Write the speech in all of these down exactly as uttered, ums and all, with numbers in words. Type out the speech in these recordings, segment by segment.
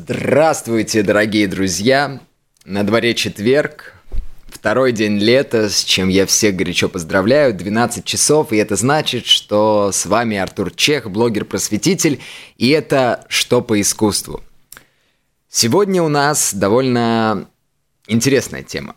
Здравствуйте, дорогие друзья! На дворе четверг, второй день лета, с чем я всех горячо поздравляю, двенадцать часов, и это значит, что с вами Артур Чех, блогер-просветитель, и это «Что по искусству?». Сегодня у нас довольно интересная тема.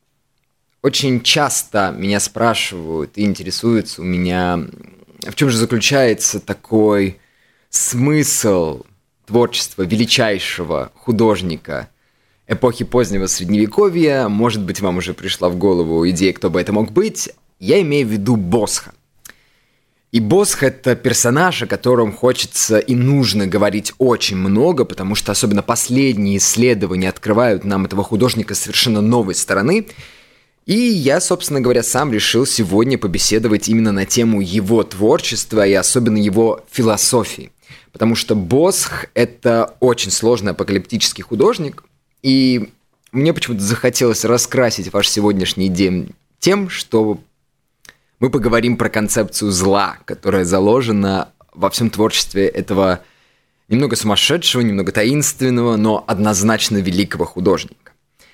Очень часто меня спрашивают и интересуются у меня, в чем же заключается такой смысл творчества величайшего художника эпохи позднего Средневековья. Может быть, вам уже пришла в голову идея, кто бы это мог быть. Я имею в виду Босха. И Босх — это персонаж, о котором хочется и нужно говорить очень много, потому что особенно последние исследования открывают нам этого художника с совершенно новой стороны. И я, собственно говоря, сам решил сегодня побеседовать именно на тему его творчества и особенно его философии. Потому что Босх — это очень сложный апокалиптический художник, и мне почему-то захотелось раскрасить ваш сегодняшний день тем, что мы поговорим про концепцию зла, которая заложена во всем творчестве этого немного сумасшедшего, немного таинственного, но однозначно великого художника.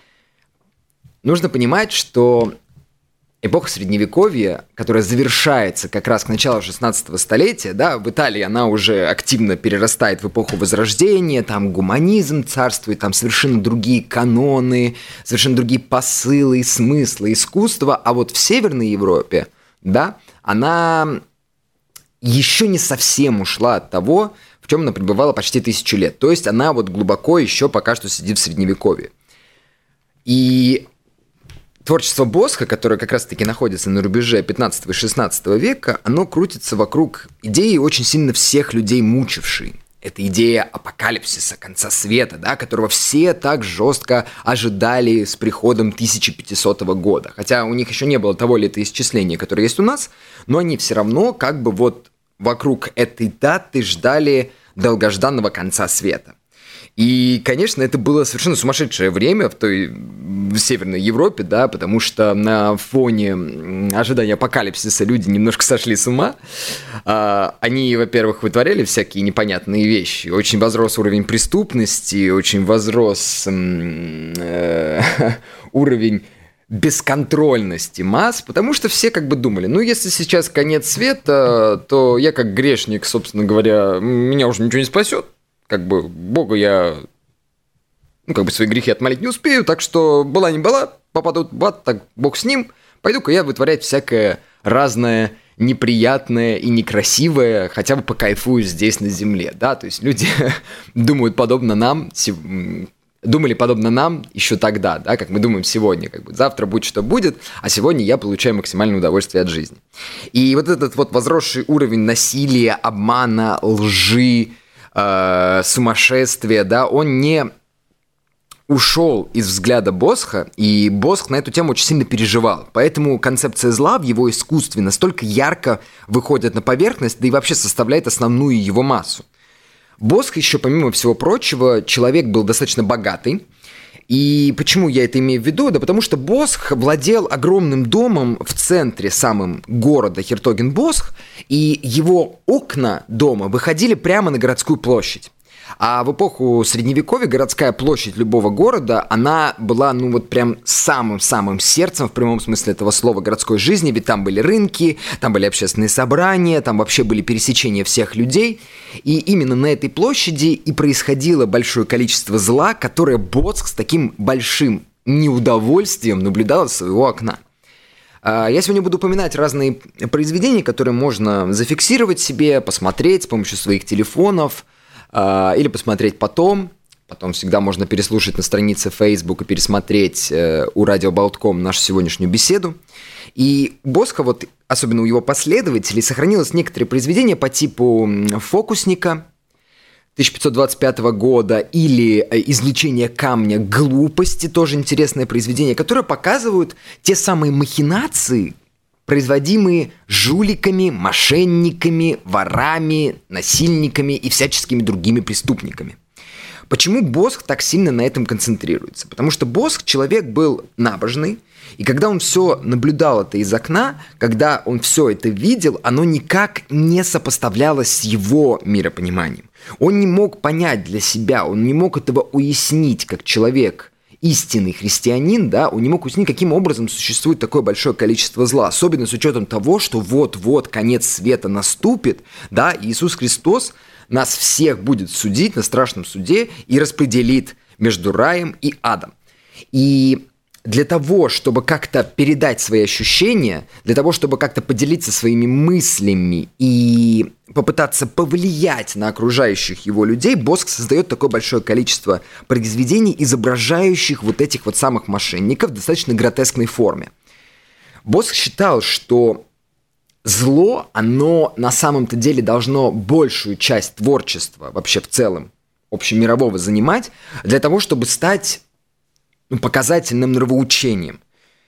Нужно понимать, что эпоха Средневековья, которая завершается как раз к началу шестнадцатого столетия, да, в Италии она уже активно перерастает в эпоху Возрождения, там гуманизм царствует, там совершенно другие каноны, совершенно другие посылы, смыслы, искусства, а вот в Северной Европе, да, она еще не совсем ушла от того, в чем она пребывала почти тысячу лет, то есть она вот глубоко еще пока что сидит в Средневековье. И творчество Босха, которое как раз-таки находится на рубеже пятнадцатого и шестнадцатого века, оно крутится вокруг идеи, очень сильно всех людей мучившей. Это идея апокалипсиса, конца света, да, которого все так жестко ожидали с приходом тысяча пятисотого года. Хотя у них еще не было того летоисчисления, которое есть у нас, но они все равно как бы вот вокруг этой даты ждали долгожданного конца света. И, конечно, это было совершенно сумасшедшее время в той в Северной Европе, да, потому что на фоне ожидания апокалипсиса люди немножко сошли с ума. Они, во-первых, вытворяли всякие непонятные вещи. Очень возрос уровень преступности, очень возрос э, уровень бесконтрольности масс, потому что все как бы думали, ну, если сейчас конец света, то я как грешник, собственно говоря, меня уже ничего не спасет. Как бы Бога я, ну, как бы свои грехи отмолить не успею, так что была не была, попадут в ад, так Бог с ним, пойду-ка я вытворять всякое разное, неприятное и некрасивое, хотя бы покайфую здесь на земле, да, то есть люди думают подобно нам, думали подобно нам еще тогда, да, как мы думаем сегодня, как бы завтра будет что будет, а сегодня я получаю максимальное удовольствие от жизни. И вот этот вот возросший уровень насилия, обмана, лжи, сумасшествие, да, он не ушел из взгляда Босха, и Босх на эту тему очень сильно переживал. Поэтому концепция зла в его искусстве настолько ярко выходит на поверхность, да и вообще составляет основную его массу. Босх еще, помимо всего прочего, человек был достаточно богатый. И почему я это имею в виду? Да потому что Босх владел огромным домом в центре самым города Хертогенбосх, и его окна дома выходили прямо на городскую площадь. А в эпоху Средневековья городская площадь любого города, она была, ну вот прям самым-самым сердцем, в прямом смысле этого слова, городской жизни, ведь там были рынки, там были общественные собрания, там вообще были пересечения всех людей. И именно на этой площади и происходило большое количество зла, которое Босх с таким большим неудовольствием наблюдал из своего окна. Я сегодня буду упоминать разные произведения, которые можно зафиксировать себе, посмотреть с помощью своих телефонов, или посмотреть потом. Потом всегда можно переслушать на странице Facebook и пересмотреть у радио Болтком нашу сегодняшнюю беседу. И у Босха, вот, особенно у его последователей, сохранилось некоторые произведения по типу «Фокусника» тысяча пятьсот двадцать пятого года или «Извлечение камня глупости», тоже интересное произведение, которое показывают те самые махинации, производимые жуликами, мошенниками, ворами, насильниками и всяческими другими преступниками. Почему Босх так сильно на этом концентрируется? Потому что Босх человек был набожный, и когда он все наблюдал это из окна, когда он все это видел, оно никак не сопоставлялось с его миропониманием. Он не мог понять для себя, он не мог этого уяснить как человек, истинный христианин, да, он не мог уяснить, каким образом существует такое большое количество зла, особенно с учетом того, что вот-вот конец света наступит, да, и Иисус Христос нас всех будет судить на страшном суде и распределит между раем и адом. И для того, чтобы как-то передать свои ощущения, для того, чтобы как-то поделиться своими мыслями и попытаться повлиять на окружающих его людей, Босх создает такое большое количество произведений, изображающих вот этих вот самых мошенников в достаточно гротескной форме. Босх считал, что зло, оно на самом-то деле должно большую часть творчества вообще в целом общемирового занимать для того, чтобы стать ну, показательным нравоучением.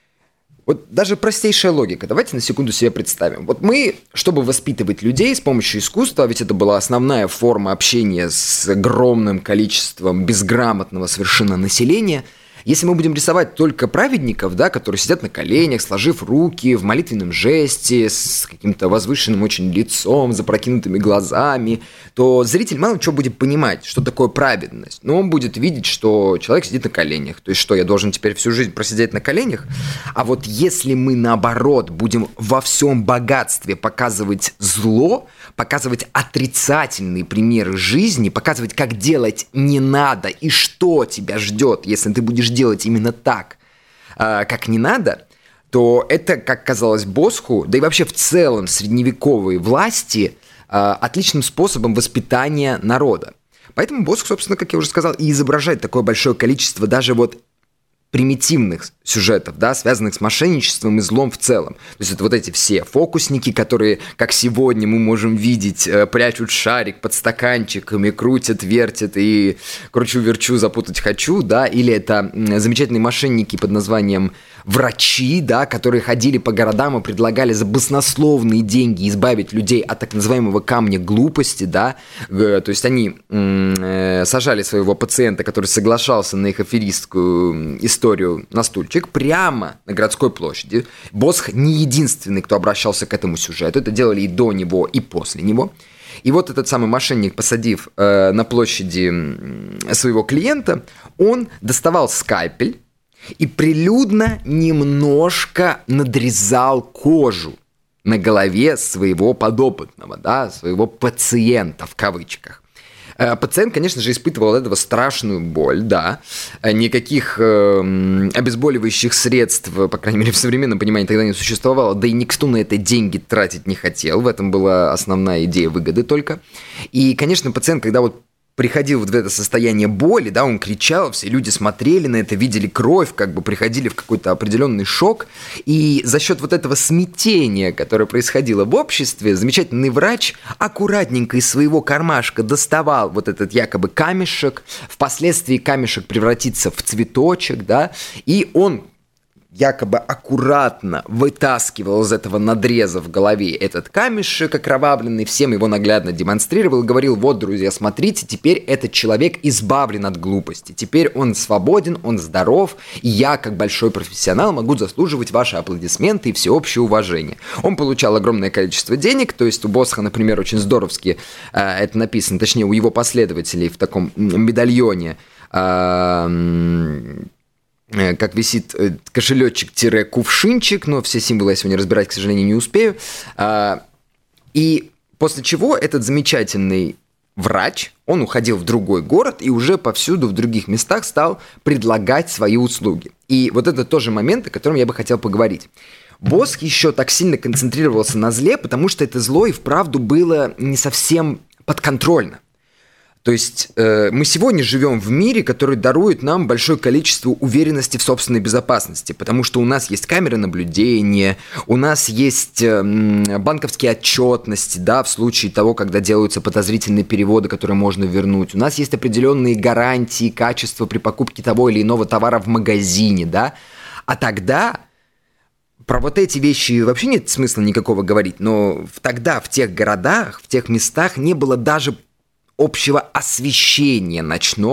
Вот даже простейшая логика. Давайте на секунду себе представим. Вот мы, чтобы воспитывать людей с помощью искусства, ведь это была основная форма общения с огромным количеством безграмотного совершенно населения, если мы будем рисовать только праведников, да, которые сидят на коленях, сложив руки в молитвенном жесте, с каким-то возвышенным очень лицом, запрокинутыми глазами, то зритель мало чего будет понимать, что такое праведность. Но он будет видеть, что человек сидит на коленях. То есть что, я должен теперь всю жизнь просидеть на коленях? А вот если мы, наоборот, будем во всем богатстве показывать зло, показывать отрицательные примеры жизни, показывать, как делать не надо и что тебя ждет, если ты будешь делать именно так, как не надо, то это, как казалось Босху, да и вообще в целом средневековой власти, отличным способом воспитания народа. Поэтому Босх, собственно, как я уже сказал, и изображает такое большое количество даже вот примитивных сюжетов, да, связанных с мошенничеством и злом в целом. То есть это вот эти все фокусники, которые, как сегодня мы можем видеть, прячут шарик под стаканчиками, крутят, вертят и кручу-верчу, запутать хочу, да, или это замечательные мошенники под названием врачи, да, которые ходили по городам и предлагали за баснословные деньги избавить людей от так называемого камня глупости, да, то есть они м- сажали своего пациента, который соглашался на их аферистскую историю, на стульчик прямо на городской площади. Босх не единственный, кто обращался к этому сюжету, это делали и до него, и после него. И вот этот самый мошенник, посадив э, на площади своего клиента, он доставал скальпель и прилюдно немножко надрезал кожу на голове своего подопытного, да, своего пациента в кавычках. Пациент, конечно же, испытывал от этого страшную боль, да, никаких э, обезболивающих средств, по крайней мере, в современном понимании тогда не существовало, да и никто на это деньги тратить не хотел, в этом была основная идея выгоды только. И, конечно, пациент, когда вот приходил вот в это состояние боли, да, он кричал, все люди смотрели на это, видели кровь, как бы приходили в какой-то определенный шок, и за счет вот этого смятения, которое происходило в обществе, замечательный врач аккуратненько из своего кармашка доставал вот этот якобы камешек, впоследствии камешек превратится в цветочек, да, и он якобы аккуратно вытаскивал из этого надреза в голове этот камешек окровавленный, всем его наглядно демонстрировал и говорил: вот, друзья, смотрите, теперь этот человек избавлен от глупости, теперь он свободен, он здоров, и я, как большой профессионал, могу заслуживать ваши аплодисменты и всеобщее уважение. Он получал огромное количество денег, то есть у Босха, например, очень здоровски э, это написано, точнее, у его последователей в таком медальоне, э, как висит кошелечек-кувшинчик, но все символы я сегодня разбирать, к сожалению, не успею. И после чего этот замечательный врач, он уходил в другой город и уже повсюду в других местах стал предлагать свои услуги. И вот это тоже момент, о котором я бы хотел поговорить. Босх еще так сильно концентрировался на зле, потому что это зло и вправду было не совсем подконтрольно. То есть э, мы сегодня живем в мире, который дарует нам большое количество уверенности в собственной безопасности, потому что у нас есть камеры наблюдения, у нас есть э, банковские отчетности, да, в случае того, когда делаются подозрительные переводы, которые можно вернуть. У нас есть определенные гарантии качества при покупке того или иного товара в магазине, да. А тогда про вот эти вещи вообще нет смысла никакого говорить, но тогда в тех городах, в тех местах не было даже общего освещения ночного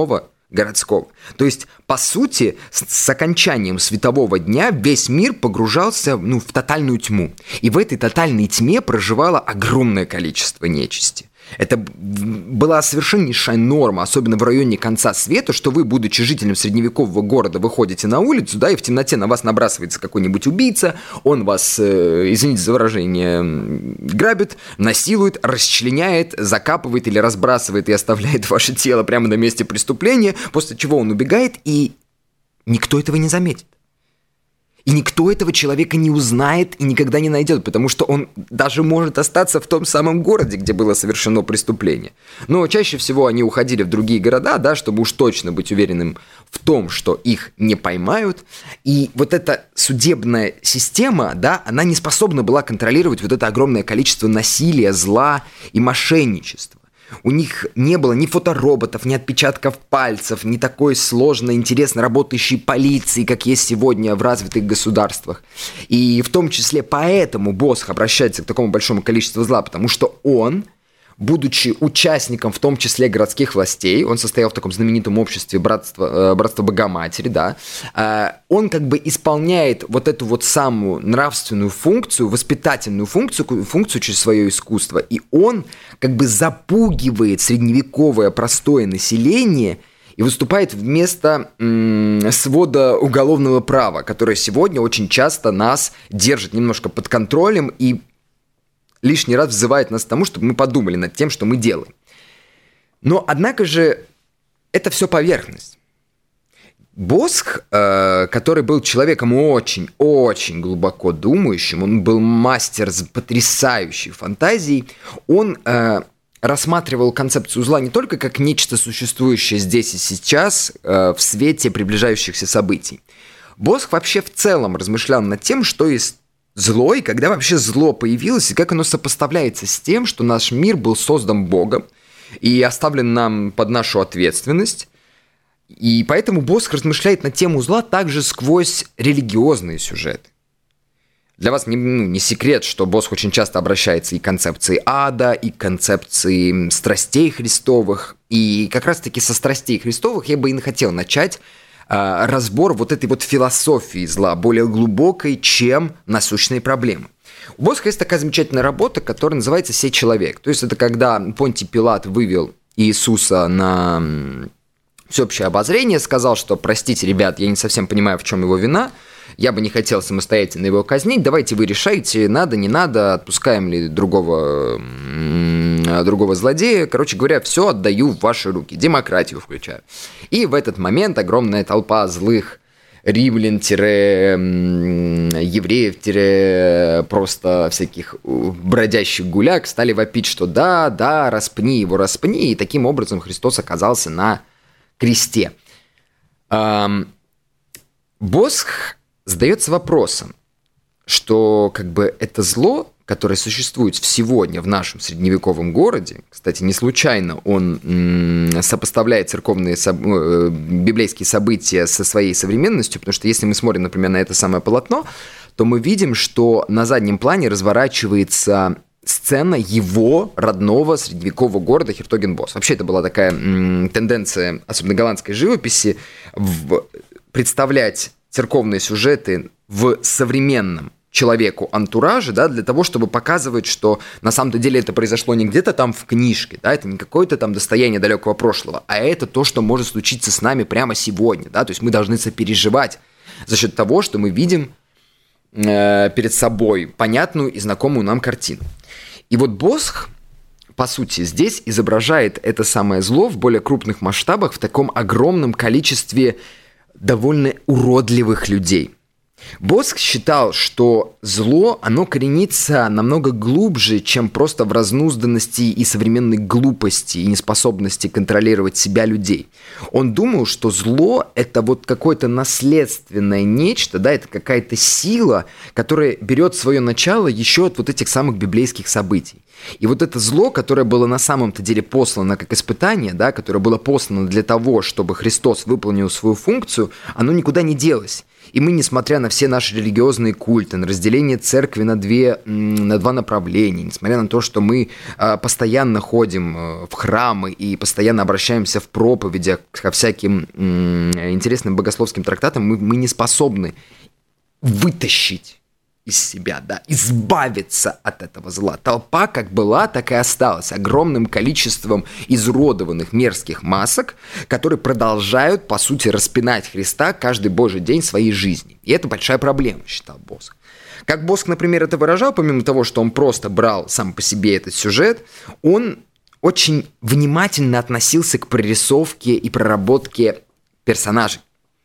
городского. То есть, по сути, с, с окончанием светового дня весь мир погружался, ну, в тотальную тьму. И в этой тотальной тьме проживало огромное количество нечисти. Это была совершеннейшая норма, особенно в районе конца света, что вы, будучи жителем средневекового города, выходите на улицу, да, и в темноте на вас набрасывается какой-нибудь убийца, он вас, э, извините за выражение, грабит, насилует, расчленяет, закапывает или разбрасывает и оставляет ваше тело прямо на месте преступления, после чего он убегает, и никто этого не заметит. И никто этого человека не узнает и никогда не найдет, потому что он даже может остаться в том самом городе, где было совершено преступление. Но чаще всего они уходили в другие города, да, чтобы уж точно быть уверенным в том, что их не поймают. И вот эта судебная система, да, она не способна была контролировать вот это огромное количество насилия, зла и мошенничества. У них не было ни фотороботов, ни отпечатков пальцев, ни такой сложной, интересно работающей полиции, как есть сегодня в развитых государствах. И в том числе поэтому Босх обращается к такому большому количеству зла, потому что он, будучи участником, в том числе городских властей, он состоял в таком знаменитом обществе Братства, Братства Богоматери, да, он как бы исполняет вот эту вот самую нравственную функцию, воспитательную функцию, функцию через свое искусство, и он как бы запугивает средневековое простое население и выступает вместо м- свода уголовного права, которое сегодня очень часто нас держит немножко под контролем и лишний раз взывает нас к тому, чтобы мы подумали над тем, что мы делаем. Но, однако же, это все поверхность. Босх, э, который был человеком очень-очень глубоко думающим, он был мастер с потрясающей фантазией, он э, рассматривал концепцию зла не только как нечто существующее здесь и сейчас, э, в свете приближающихся событий. Босх вообще в целом размышлял над тем, что есть зло, и когда вообще зло появилось, и как оно сопоставляется с тем, что наш мир был создан Богом и оставлен нам под нашу ответственность. И поэтому Босх размышляет на тему зла также сквозь религиозные сюжеты. Для вас не, ну, не секрет, что Босх очень часто обращается и к концепции ада, и к концепции страстей Христовых. И как раз-таки со страстей Христовых я бы и хотел начать разбор вот этой вот философии зла, более глубокой, чем насущные проблемы. У Босха есть такая замечательная работа, которая называется «Сей человек». То есть это когда Понтий Пилат вывел Иисуса на всеобщее обозрение, сказал, что «простите, ребят, я не совсем понимаю, в чем его вина, я бы не хотел самостоятельно его казнить, давайте вы решайте, надо, не надо, отпускаем ли другого, другого злодея, короче говоря, все отдаю в ваши руки, демократию включаю». И в этот момент огромная толпа злых римлян-евреев, просто всяких бродящих гуляк стали вопить, что да, да, распни его, распни, и таким образом Христос оказался на кресте. Босх задается вопросом, что как бы это зло, которое существует сегодня в нашем средневековом городе, кстати, не случайно он м- сопоставляет церковные, соб- э, библейские события со своей современностью, потому что если мы смотрим, например, на это самое полотно, то мы видим, что на заднем плане разворачивается сцена его родного средневекового города Хертогенбос. Вообще это была такая м- тенденция, особенно голландской живописи, в- представлять церковные сюжеты в современном человеку антураже, да, для того, чтобы показывать, что на самом-то деле это произошло не где-то там в книжке, да, это не какое-то там достояние далекого прошлого, а это то, что может случиться с нами прямо сегодня, да, то есть мы должны сопереживать за счет того, что мы видим э, перед собой понятную и знакомую нам картину. И вот Босх, по сути, здесь изображает это самое зло в более крупных масштабах, в таком огромном количестве довольно уродливых людей. Босх считал, что зло, оно коренится намного глубже, чем просто в разнузданности и современной глупости и неспособности контролировать себя людей. Он думал, что зло – это вот какое-то наследственное нечто, да, это какая-то сила, которая берет свое начало еще от вот этих самых библейских событий. И вот это зло, которое было на самом-то деле послано как испытание, да, которое было послано для того, чтобы Христос выполнил свою функцию, оно никуда не делось. И мы, несмотря на все наши религиозные культы, на разделение церкви на, две, на два направления, несмотря на то, что мы постоянно ходим в храмы и постоянно обращаемся в проповедях ко всяким интересным богословским трактатам, мы, мы не способны вытащить из себя, да, избавиться от этого зла. Толпа как была, так и осталась огромным количеством изуродованных мерзких масок, которые продолжают, по сути, распинать Христа каждый божий день своей жизни. И это большая проблема, считал Босх. Как Босх, например, это выражал, помимо того, что он просто брал сам по себе этот сюжет, он очень внимательно относился к прорисовке и проработке персонажей.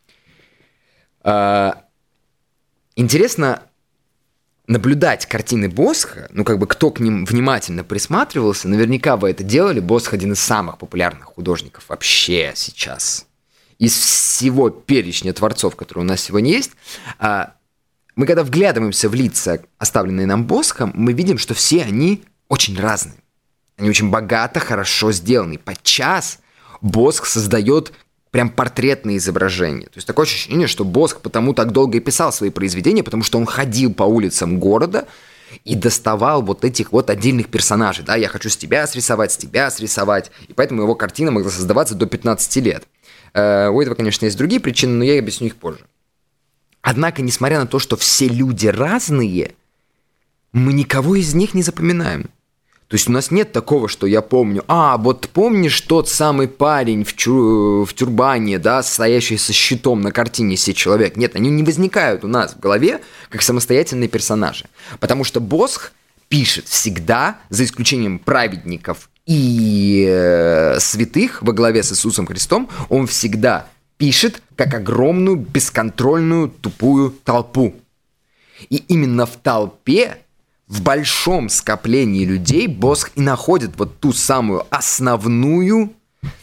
Интересно наблюдать картины Босха, ну, как бы кто к ним внимательно присматривался, наверняка вы это делали. Босх один из самых популярных художников вообще сейчас. Из всего перечня творцов, которые у нас сегодня есть, мы когда вглядываемся в лица, оставленные нам Босхом, мы видим, что все они очень разные. Они очень богато, хорошо сделаны. Подчас Босх создает прям портретные изображения. То есть такое ощущение, что Босх потому так долго и писал свои произведения, потому что он ходил по улицам города и доставал вот этих вот отдельных персонажей. Да, я хочу с тебя срисовать, с тебя срисовать. И поэтому его картина могла создаваться до пятнадцати лет. Э, у этого, конечно, есть другие причины, но я объясню их позже. Однако, несмотря на то, что все люди разные, мы никого из них не запоминаем. То есть у нас нет такого, что я помню, а, вот помнишь тот самый парень в, чур... в тюрбане, да, стоящий со щитом на картине «Сей человек». Нет, они не возникают у нас в голове как самостоятельные персонажи. Потому что Босх пишет всегда, за исключением праведников и э, святых во главе с Иисусом Христом, он всегда пишет как огромную, бесконтрольную, тупую толпу. И именно в толпе, в большом скоплении людей Босх и находит вот ту самую основную,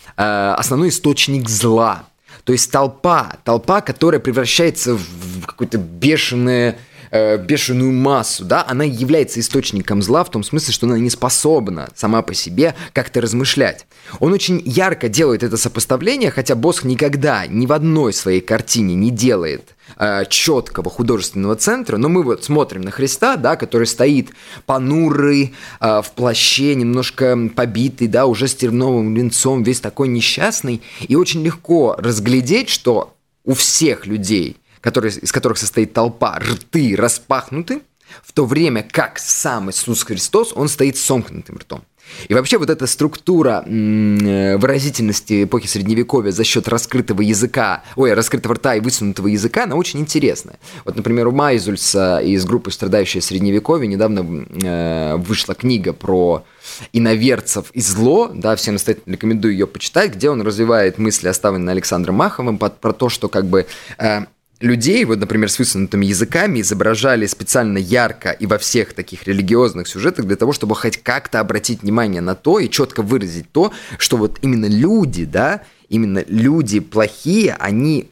э, основной источник зла. То есть толпа, толпа, которая превращается в какую-то бешеную, э, бешеную массу, да, она является источником зла в том смысле, что она не способна сама по себе как-то размышлять. Он очень ярко делает это сопоставление, хотя Босх никогда ни в одной своей картине не делает э, четкого художественного центра, но мы вот смотрим на Христа, да, который стоит понурый, э, в плаще, немножко побитый, да, уже с терновым лицом, весь такой несчастный, и очень легко разглядеть, что у всех людей, которые, из которых состоит толпа, рты распахнуты, в то время как сам Иисус Христос, он стоит с сомкнутым ртом. И вообще вот эта структура выразительности эпохи Средневековья за счет раскрытого языка, ой, раскрытого рта и высунутого языка, она очень интересная. Вот, например, у Майзульса из группы «Страдающее Средневековье» недавно э, вышла книга про иноверцев и зло, да, всем настоятельно рекомендую ее почитать, где он развивает мысли, оставленные Александром Маховым, про, про то, что как бы... Э, людей, вот, например, с высунутыми языками изображали специально ярко и во всех таких религиозных сюжетах для того, чтобы хоть как-то обратить внимание на то и четко выразить то, что вот именно люди, да, именно люди плохие, они,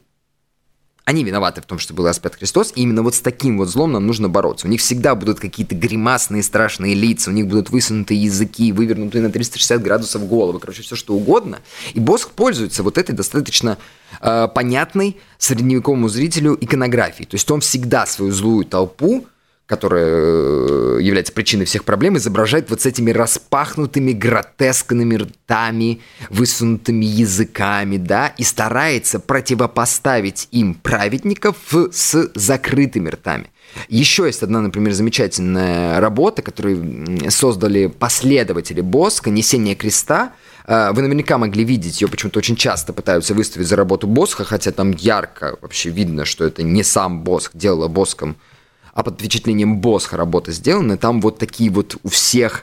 они виноваты в том, что был распят Христос, и именно вот с таким вот злом нам нужно бороться. У них всегда будут какие-то гримасные страшные лица, у них будут высунутые языки, вывернутые на триста шестьдесят градусов головы, короче, все что угодно. И Босх пользуется вот этой достаточно э, понятной средневековому зрителю иконографией. То есть он всегда свою злую толпу, которая является причиной всех проблем, изображает вот с этими распахнутыми гротескными ртами, высунутыми языками, да, и старается противопоставить им праведников с закрытыми ртами. Еще есть одна, например, замечательная работа, которую создали последователи Босха, «Несение креста». Вы наверняка могли видеть, ее почему-то очень часто пытаются выставить за работу Босха, хотя там ярко вообще видно, что это не сам Босх, делала Босхом, а под впечатлением Босха работа сделана. Там вот такие вот у всех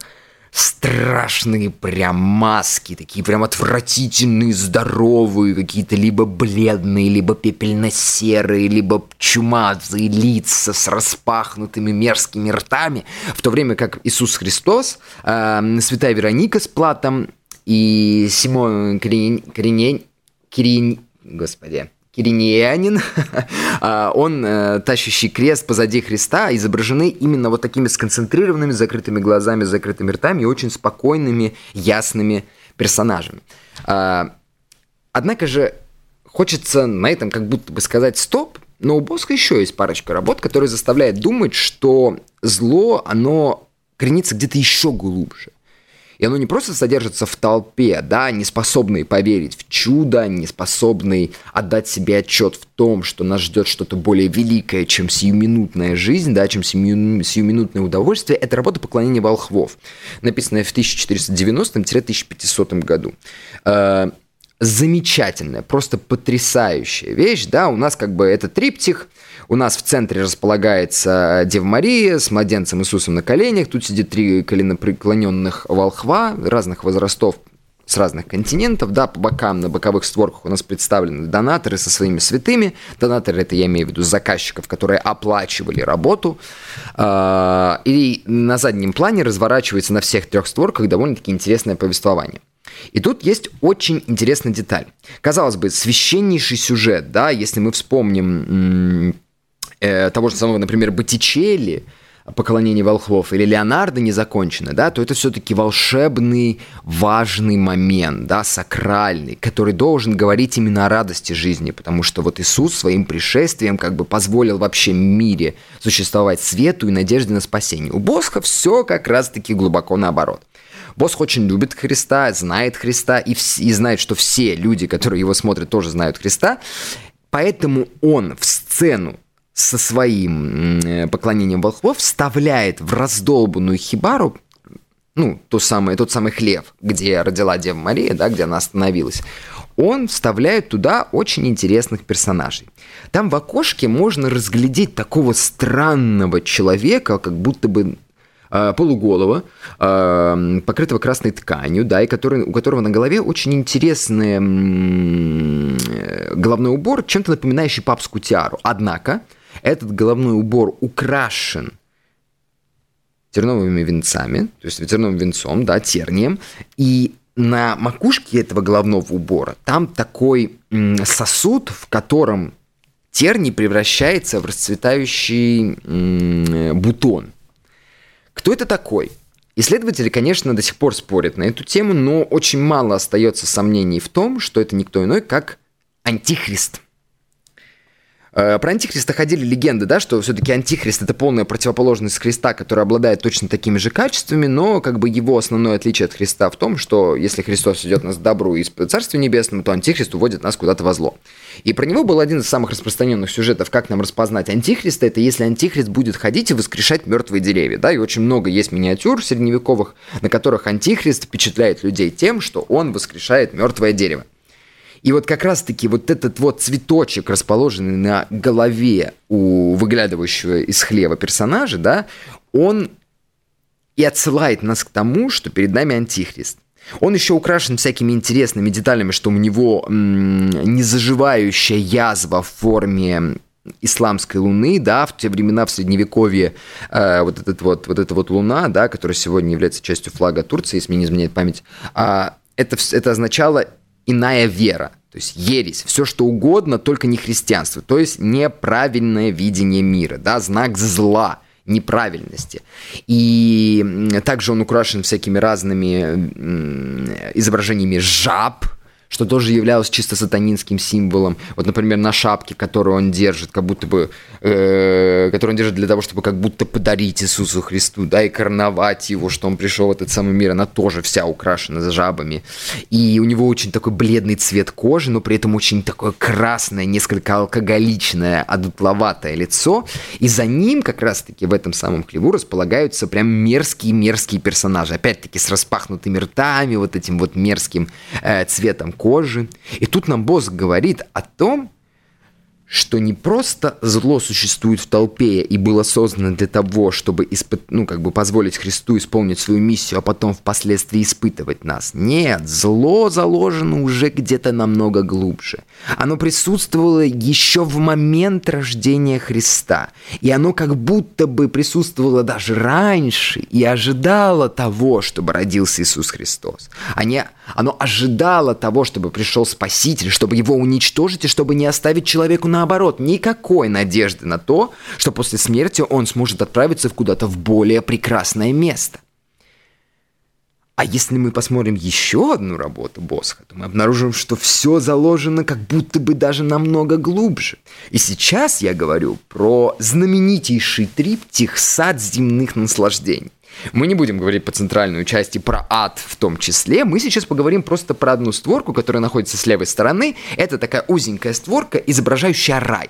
страшные прям маски, такие прям отвратительные, здоровые, какие-то либо бледные, либо пепельно-серые, либо чумазые лица с распахнутыми мерзкими ртами, в то время как Иисус Христос, э, святая Вероника с Платом и Симон Кирин, Кирин, Кирин, господи, киринеянин, он, тащащий крест позади Христа, изображены именно вот такими сконцентрированными, закрытыми глазами, закрытыми ртами и очень спокойными, ясными персонажами. Однако же хочется на этом как будто бы сказать «стоп», но у Босха еще есть парочка работ, которые заставляют думать, что зло, оно коренится где-то еще глубже. И оно не просто содержится в толпе, да, не способной поверить в чудо, не способной отдать себе отчет в том, что нас ждет что-то более великое, чем сиюминутная жизнь, да, чем сию, сиюминутное удовольствие. Это работа «Поклонение волхвов», написанная в тысяча четыреста девяностом — тысяча пятисотом году. Замечательная, просто потрясающая вещь, да, у нас как бы это триптих, у нас в центре располагается Дева Мария с младенцем Иисусом на коленях, тут сидит три коленопреклоненных волхва разных возрастов с разных континентов, да, по бокам, на боковых створках у нас представлены донаторы со своими святыми, донаторы, это я имею в виду заказчиков, которые оплачивали работу, и на заднем плане разворачивается на всех трех створках довольно-таки интересное повествование. И тут есть очень интересная деталь. Казалось бы, священнейший сюжет, да, если мы вспомним э, того же самого, например, Боттичелли, «Поклонение волхвов», или Леонардо «Незакончено», да, то это все-таки волшебный, важный момент, да, сакральный, который должен говорить именно о радости жизни, потому что вот Иисус своим пришествием как бы позволил вообще в мире существовать свету и надежде на спасение. У Босха все как раз-таки глубоко наоборот. Босх очень любит Христа, знает Христа и, в, и знает, что все люди, которые его смотрят, тоже знают Христа. Поэтому он в сцену со своим э, поклонением волхвов вставляет в раздолбанную хибару, ну, то самое, тот самый хлев, где родила Дева Мария, да, где она остановилась. Он вставляет туда очень интересных персонажей. Там в окошке можно разглядеть такого странного человека, как будто бы полуголого, покрытого красной тканью, да, и который, у которого на голове очень интересный головной убор, чем-то напоминающий папскую тиару. Однако этот головной убор украшен терновыми венцами, то есть терновым венцом, да, тернием, и на макушке этого головного убора там такой сосуд, в котором терний превращается в расцветающий бутон. Кто это такой? Исследователи, конечно, до сих пор спорят на эту тему, но очень мало остается сомнений в том, что это никто иной, как Антихрист. Про Антихриста ходили легенды, да, что все-таки Антихрист — это полная противоположность Христа, который обладает точно такими же качествами, но как бы его основное отличие от Христа в том, что если Христос ведет нас к добру и Царствию Небесному, то Антихрист уводит нас куда-то во зло. И про него был один из самых распространенных сюжетов, как нам распознать Антихриста, это если Антихрист будет ходить и воскрешать мертвые деревья, да, и очень много есть миниатюр средневековых, на которых Антихрист впечатляет людей тем, что он воскрешает мертвое дерево. И вот как раз-таки вот этот вот цветочек, расположенный на голове у выглядывающего из хлева персонажа, да, он и отсылает нас к тому, что перед нами Антихрист. Он еще украшен всякими интересными деталями, что у него м- незаживающая язва в форме исламской луны, да, в те времена в Средневековье э, вот, этот вот, вот эта вот луна, да, которая сегодня является частью флага Турции, если мне не изменяет память, э, это, это означало иная вера, то есть ересь, все что угодно, только не христианство, то есть неправильное видение мира, да, знак зла, неправильности. И также он украшен всякими разными изображениями жаб, что тоже являлось чисто сатанинским символом. Вот, например, на шапке, которую он держит, как будто бы, э, которую он держит для того, чтобы как будто подарить Иисусу Христу, да, и короновать его, что он пришел в этот самый мир, она тоже вся украшена жабами. И у него очень такой бледный цвет кожи, но при этом очень такое красное, несколько алкоголичное, одутловатое лицо. И за ним как раз-таки в этом самом хлеву располагаются прям мерзкие-мерзкие персонажи. Опять-таки с распахнутыми ртами, вот этим вот мерзким э, цветом кожи. И тут нам Босх говорит о том, что не просто зло существует в толпе и было создано для того, чтобы испы... ну, как бы позволить Христу исполнить свою миссию, а потом впоследствии испытывать нас. Нет, зло заложено уже где-то намного глубже. Оно присутствовало еще в момент рождения Христа. И оно как будто бы присутствовало даже раньше и ожидало того, чтобы родился Иисус Христос. Оно, оно ожидало того, чтобы пришел Спаситель, чтобы его уничтожить и чтобы не оставить человеку на Наоборот, никакой надежды на то, что после смерти он сможет отправиться куда-то в более прекрасное место. А если мы посмотрим еще одну работу Босха, то мы обнаружим, что все заложено как будто бы даже намного глубже. И сейчас я говорю про знаменитейший триптих «Сад земных наслаждений». Мы не будем говорить по центральной части про ад в том числе. Мы сейчас поговорим просто про одну створку, которая находится с левой стороны. Это такая узенькая створка, изображающая рай.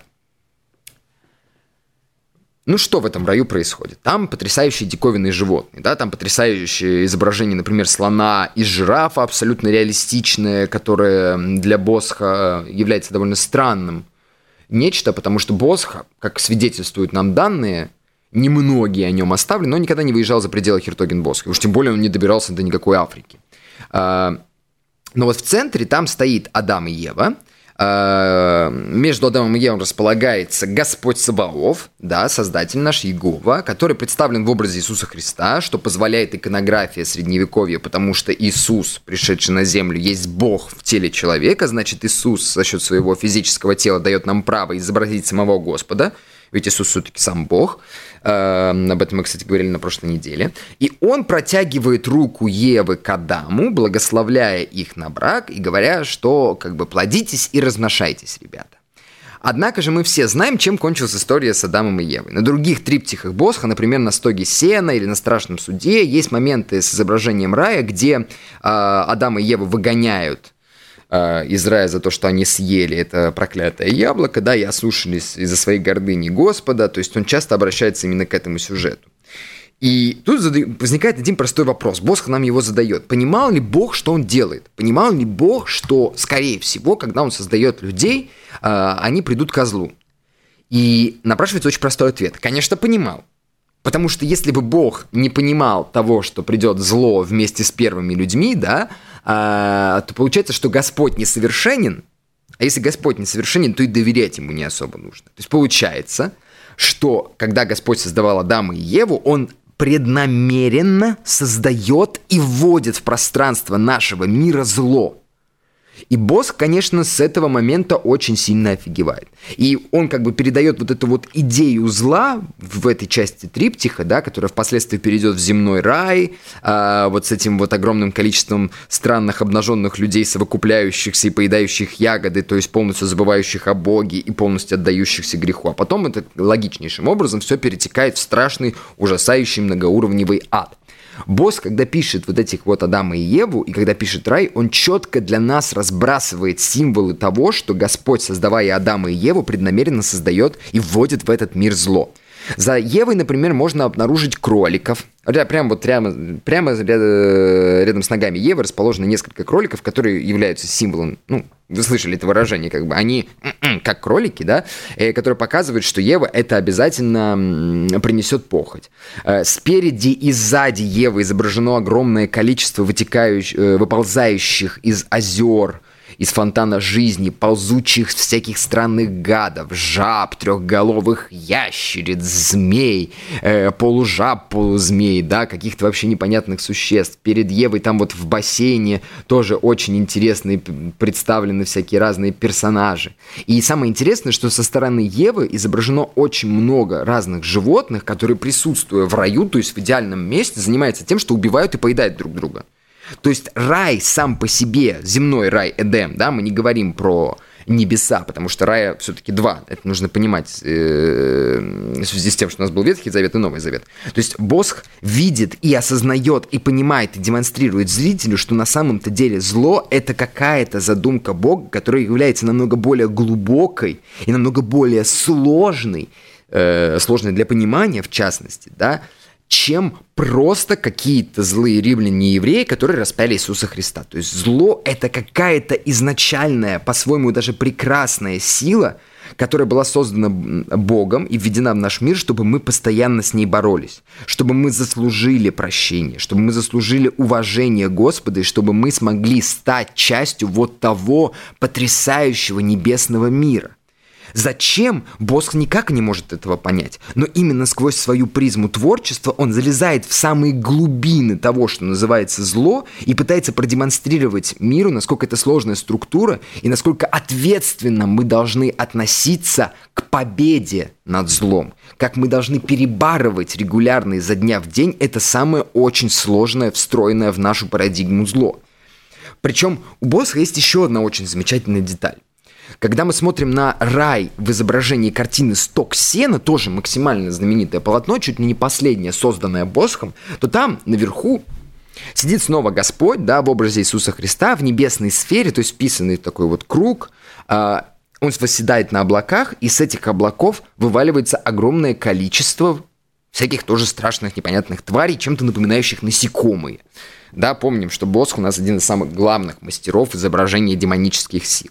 Ну что в этом раю происходит? Там потрясающие диковинные животные, да, там потрясающее изображение, например, слона и жирафа, абсолютно реалистичное, которое для Босха является довольно странным нечто, потому что Босх, как свидетельствуют нам данные, немногие о нем оставлены, но никогда не выезжал за пределы Хертогенбосха. Уж тем более он не добирался до никакой Африки. Но вот в центре там стоит Адам и Ева. Между Адамом и Евой располагается Господь Саваоф, да, Создатель наш, Иегова, который представлен в образе Иисуса Христа, что позволяет иконография Средневековья, потому что Иисус, пришедший на землю, есть Бог в теле человека, значит, Иисус за счет своего физического тела дает нам право изобразить самого Господа, ведь Иисус все-таки сам Бог. Об этом мы, кстати, говорили на прошлой неделе. И он протягивает руку Евы к Адаму, благословляя их на брак и говоря, что как бы плодитесь и разношайтесь, ребята. Однако же мы все знаем, чем кончилась история с Адамом и Евой. На других триптихах Босха, например, на стоге сена или на страшном суде, есть моменты с изображением рая, где э, Адам и Ева выгоняют из рая за то, что они съели это проклятое яблоко, да, и ослушались из-за своей гордыни Господа, то есть он часто обращается именно к этому сюжету. И тут возникает один простой вопрос, Босх нам его задает. Понимал ли Бог, что он делает? Понимал ли Бог, что, скорее всего, когда он создает людей, они придут к злу? И напрашивается очень простой ответ. Конечно, понимал. Потому что если бы Бог не понимал того, что придет зло вместе с первыми людьми, да, а, то получается, что Господь несовершенен, а если Господь несовершенен, то и доверять ему не особо нужно. То есть получается, что когда Господь создавал Адама и Еву, он преднамеренно создает и вводит в пространство нашего мира зло. И Босх, конечно, с этого момента очень сильно офигевает. И он как бы передает вот эту вот идею зла в этой части триптиха, да, которая впоследствии перейдет в земной рай, а, вот с этим вот огромным количеством странных обнаженных людей, совокупляющихся и поедающих ягоды, то есть полностью забывающих о Боге и полностью отдающихся греху. А потом это логичнейшим образом все перетекает в страшный, ужасающий многоуровневый ад. Босх, когда пишет вот этих вот Адама и Еву, и когда пишет рай, он четко для нас разбрасывает символы того, что Господь, создавая Адама и Еву, преднамеренно создает и вводит в этот мир зло. За Евой, например, можно обнаружить кроликов. Прямо вот прямо, прямо рядом с ногами Евы расположено несколько кроликов, которые являются символом, ну, вы слышали это выражение, как бы, они как кролики, да, которые показывают, что Ева это обязательно принесет похоть. Спереди и сзади Евы изображено огромное количество вытекающих, выползающих из озер, из фонтана жизни, ползучих всяких странных гадов, жаб, трехголовых ящериц, змей, э, полужаб, полузмей, да, каких-то вообще непонятных существ. Перед Евой там вот в бассейне тоже очень интересные представлены всякие разные персонажи. И самое интересное, что со стороны Евы изображено очень много разных животных, которые, присутствуя в раю, то есть в идеальном месте, занимаются тем, что убивают и поедают друг друга. То есть рай сам по себе, земной рай Эдем, да, мы не говорим про небеса, потому что рая все-таки два, это нужно понимать э, в связи с тем, что у нас был Ветхий Завет и Новый Завет. То есть Босх видит и осознает, и понимает, и демонстрирует зрителю, что на самом-то деле зло – это какая-то задумка Бога, которая является намного более глубокой и намного более сложной, э, сложной для понимания, в частности, да, чем просто какие-то злые римляне и евреи, которые распяли Иисуса Христа. То есть зло – это какая-то изначальная, по-своему даже прекрасная сила, которая была создана Богом и введена в наш мир, чтобы мы постоянно с ней боролись, чтобы мы заслужили прощение, чтобы мы заслужили уважение Господа, и чтобы мы смогли стать частью вот того потрясающего небесного мира. Зачем? Босх никак не может этого понять. Но именно сквозь свою призму творчества он залезает в самые глубины того, что называется зло, и пытается продемонстрировать миру, насколько это сложная структура и насколько ответственно мы должны относиться к победе над злом. Как мы должны перебарывать регулярно изо дня в день это самое очень сложное, встроенное в нашу парадигму зло. Причем у Босха есть еще одна очень замечательная деталь. Когда мы смотрим на рай в изображении картины «Сток сена», тоже максимально знаменитое полотно, чуть ли не последнее, созданное Босхом, то там наверху сидит снова Господь, да, в образе Иисуса Христа в небесной сфере, то есть вписанный в такой вот круг. Он восседает на облаках, и с этих облаков вываливается огромное количество всяких тоже страшных, непонятных тварей, чем-то напоминающих насекомые. Да, помним, что Босх у нас один из самых главных мастеров изображения демонических сил.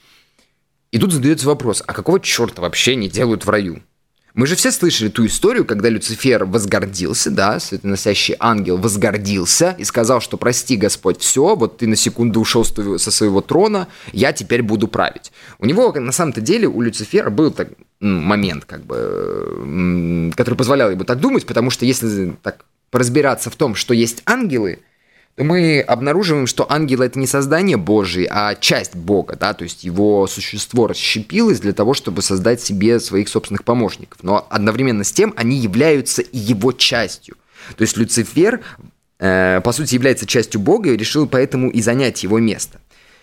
И тут задается вопрос, а какого черта вообще они делают в раю? Мы же все слышали ту историю, когда Люцифер возгордился, да, светоносящий ангел возгордился и сказал, что прости, Господь, все, вот ты на секунду ушел со своего трона, я теперь буду править. У него, на самом-то деле, у Люцифера был так, ну, момент, как бы, который позволял ему так думать, потому что если так поразбираться в том, что есть ангелы, то мы обнаруживаем, что ангел — это не создание Божие, а часть Бога, да, то есть его существо расщепилось для того, чтобы создать себе своих собственных помощников, но одновременно с тем они являются и его частью. То есть Люцифер, э, по сути, является частью Бога и решил поэтому и занять его место.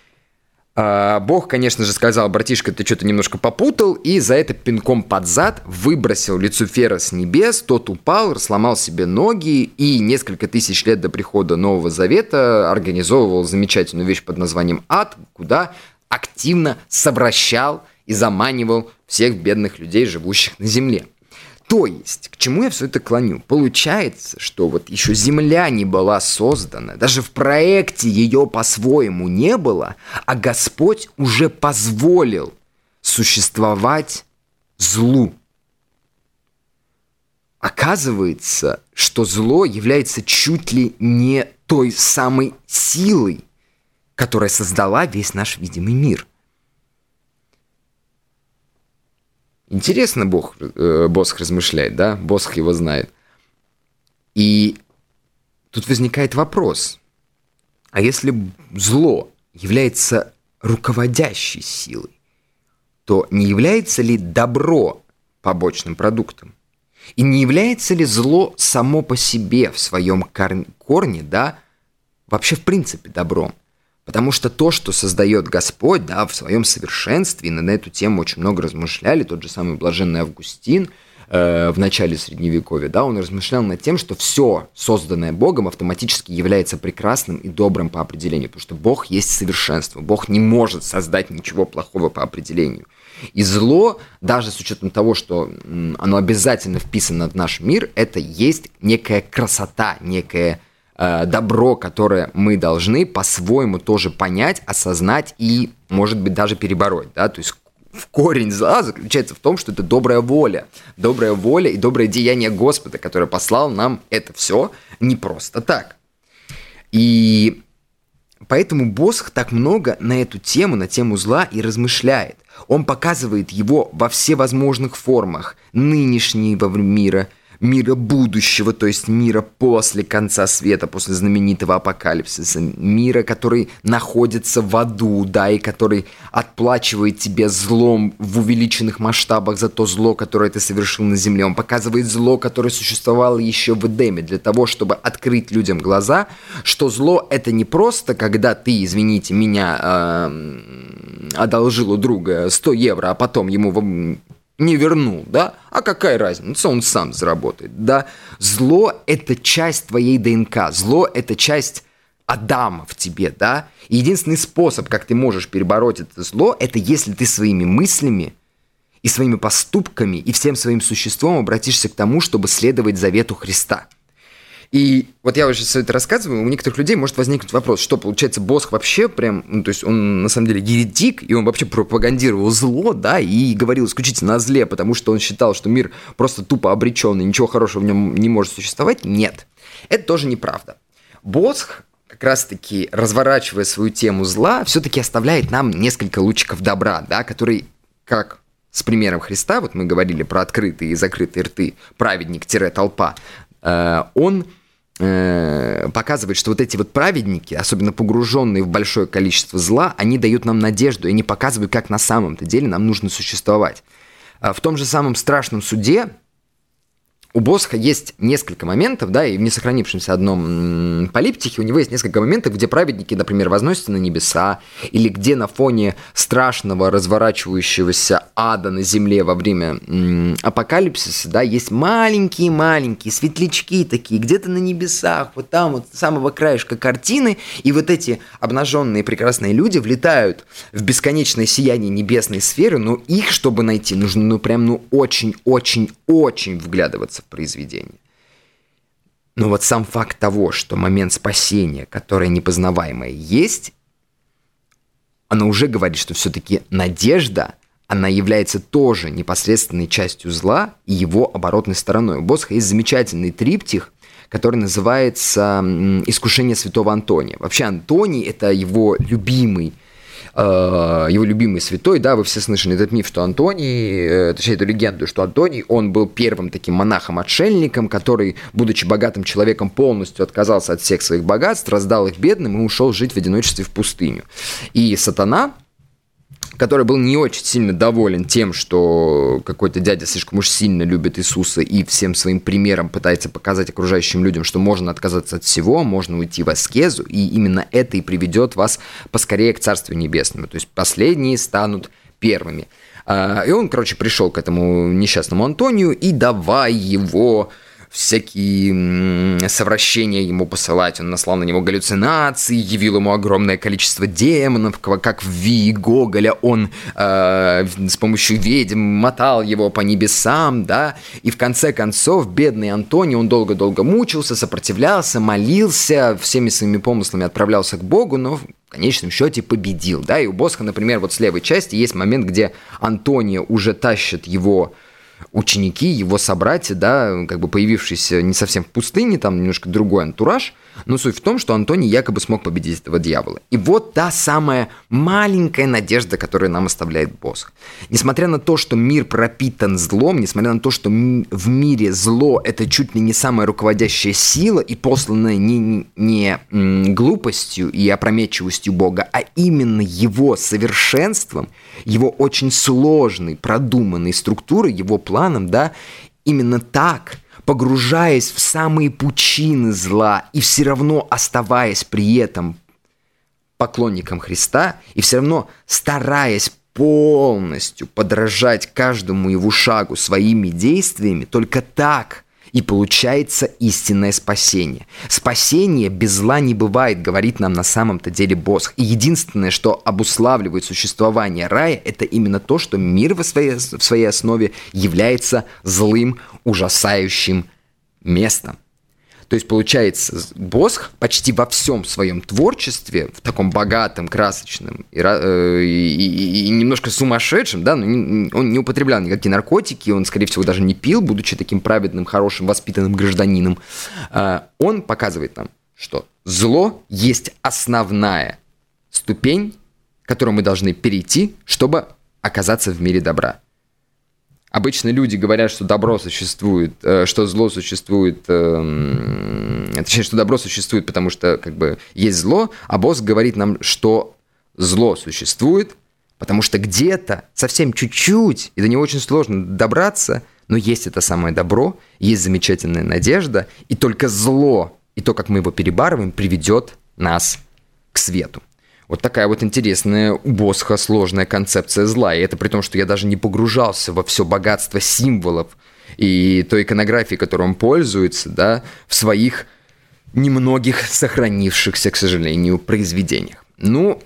Бог, конечно же, сказал: братишка, ты что-то немножко попутал, и за это пинком под зад выбросил Люцифера с небес, тот упал, сломал себе ноги, и несколько тысяч лет до прихода Нового Завета организовывал замечательную вещь под названием ад, куда активно совращал и заманивал всех бедных людей, живущих на земле. То есть, к чему я все это клоню? Получается, что вот еще Земля не была создана, даже в проекте ее по-своему не было, а Господь уже позволил существовать злу. Оказывается, что зло является чуть ли не той самой силой, которая создала весь наш видимый мир. Интересно Бог, э, Босх размышляет, да? Босх его знает. И тут возникает вопрос. А если зло является руководящей силой, то не является ли добро побочным продуктом? И не является ли зло само по себе в своем кор- корне, да, вообще в принципе добром? Потому что то, что создает Господь, да, в своем совершенстве, и на эту тему очень много размышляли, тот же самый блаженный Августин э, в начале Средневековья, да, он размышлял над тем, что все, созданное Богом, автоматически является прекрасным и добрым по определению, потому что Бог есть совершенство, Бог не может создать ничего плохого по определению. И зло, даже с учетом того, что оно обязательно вписано в наш мир, это есть некая красота, некое добро, которое мы должны по-своему тоже понять, осознать и, может быть, даже перебороть, да, то есть в корень зла заключается в том, что это добрая воля, добрая воля и доброе деяние Господа, которое послал нам это все не просто так. И поэтому Босх так много на эту тему, на тему зла и размышляет. Он показывает его во всевозможных формах нынешнего мира, мира будущего, то есть мира после конца света, после знаменитого апокалипсиса, мира, который находится в аду, да, и который отплачивает тебе злом в увеличенных масштабах за то зло, которое ты совершил на земле. Он показывает зло, которое существовало еще в Эдеме, для того, чтобы открыть людям глаза, что зло — это не просто, когда ты, извините меня, э, одолжил у друга сто евро, а потом ему не вернул, да? А какая разница? Он сам заработает, да? Зло – это часть твоей ДНК. Зло – это часть Адама в тебе, да? И единственный способ, как ты можешь перебороть это зло, это если ты своими мыслями и своими поступками и всем своим существом обратишься к тому, чтобы следовать завету Христа. И вот я уже все это рассказываю, у некоторых людей может возникнуть вопрос, что получается Босх вообще прям, ну, то есть он на самом деле еретик, и он вообще пропагандировал зло, да, и говорил исключительно о зле, потому что он считал, что мир просто тупо обречен, и ничего хорошего в нем не может существовать. Нет, это тоже неправда. Босх, как раз-таки разворачивая свою тему зла, все-таки оставляет нам несколько лучиков добра, да, который, как с примером Христа, вот мы говорили про открытые и закрытые рты, праведник-толпа, он э, показывает, что вот эти вот праведники, особенно погруженные в большое количество зла, они дают нам надежду, и они показывают, как на самом-то деле нам нужно существовать. В том же самом страшном суде у Босха есть несколько моментов, да, и в несохранившемся одном полиптихе у него есть несколько моментов, где праведники, например, возносятся на небеса, или где на фоне страшного разворачивающегося ада на земле во время м, апокалипсиса, да, есть маленькие-маленькие светлячки такие, где-то на небесах, вот там вот с самого краешка картины, и вот эти обнаженные прекрасные люди влетают в бесконечное сияние небесной сферы, но их, чтобы найти, нужно, ну, прям, ну, очень-очень-очень вглядываться произведение. Но вот сам факт того, что момент спасения, которое непознаваемое, есть, оно уже говорит, что все-таки надежда, она является тоже непосредственной частью зла и его оборотной стороной. У Босха есть замечательный триптих, который называется «Искушение святого Антония». Вообще Антоний – это его любимый его любимый святой, да, вы все слышали этот миф, что Антоний, точнее, эту легенду, что Антоний, он был первым таким монахом-отшельником, который, будучи богатым человеком, полностью отказался от всех своих богатств, раздал их бедным и ушел жить в одиночестве в пустыню. И сатана, который был не очень сильно доволен тем, что какой-то дядя слишком уж сильно любит Иисуса и всем своим примером пытается показать окружающим людям, что можно отказаться от всего, можно уйти в аскезу, и именно это и приведет вас поскорее к Царству Небесному. То есть последние станут первыми. И он, короче, пришел к этому несчастному Антонию и давай его всякие совращения ему посылать. Он наслал на него галлюцинации, явил ему огромное количество демонов, как в Вии Гоголя он э, с помощью ведьм мотал его по небесам, да, и в конце концов бедный Антоний, он долго-долго мучился, сопротивлялся, молился, всеми своими помыслами отправлялся к Богу, но в конечном счете победил, да, и у Босха, например, вот с левой части есть момент, где Антония уже тащит его ученики, его собратья, да, как бы появившиеся не совсем в пустыне, там немножко другой антураж, но суть в том, что Антоний якобы смог победить этого дьявола. И вот та самая маленькая надежда, которую нам оставляет Босх. Несмотря на то, что мир пропитан злом, несмотря на то, что в мире зло – это чуть ли не самая руководящая сила и посланная не, не, не глупостью и опрометчивостью Бога, а именно его совершенством, его очень сложной, продуманной структурой, его планом, да, именно так, погружаясь в самые пучины зла и все равно оставаясь при этом поклонником Христа и все равно стараясь полностью подражать каждому его шагу своими действиями, только так и получается истинное спасение. Спасение без зла не бывает, говорит нам на самом-то деле Босх. И единственное, что обуславливает существование рая, это именно то, что мир в своей, в своей основе является злым, ужасающим местом. То есть, получается, Босх почти во всем своем творчестве, в таком богатом, красочном и, и, и, и немножко сумасшедшем, да, он не употреблял никакие наркотики, он, скорее всего, даже не пил, будучи таким праведным, хорошим, воспитанным гражданином. Он показывает нам, что зло есть основная ступень, которую мы должны перейти, чтобы оказаться в мире добра. Обычно люди говорят, что добро существует, что зло существует, точнее, что добро существует, потому что как бы есть зло, а Босх говорит нам, что зло существует, потому что где-то совсем чуть-чуть, и до него очень сложно добраться, но есть это самое добро, есть замечательная надежда, и только зло, и то, как мы его перебарываем, приведет нас к свету. Вот такая вот интересная у Босха сложная концепция зла. И это при том, что я даже не погружался во все богатство символов и той иконографии, которой он пользуется, да, в своих немногих сохранившихся, к сожалению, произведениях. Ну,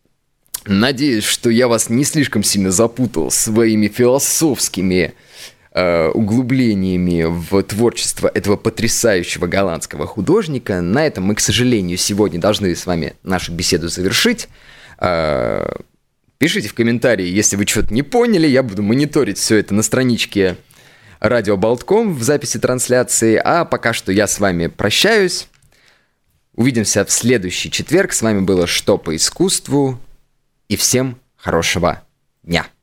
надеюсь, что я вас не слишком сильно запутал своими философскими э, углублениями в творчество этого потрясающего голландского художника. На этом мы, к сожалению, сегодня должны с вами нашу беседу завершить. Э, пишите в комментарии, если вы что-то не поняли. Я буду мониторить все это на страничке Радио Болтком в записи трансляции. А пока что я с вами прощаюсь. Увидимся в следующий четверг. С вами было «Что по искусству». И всем хорошего дня.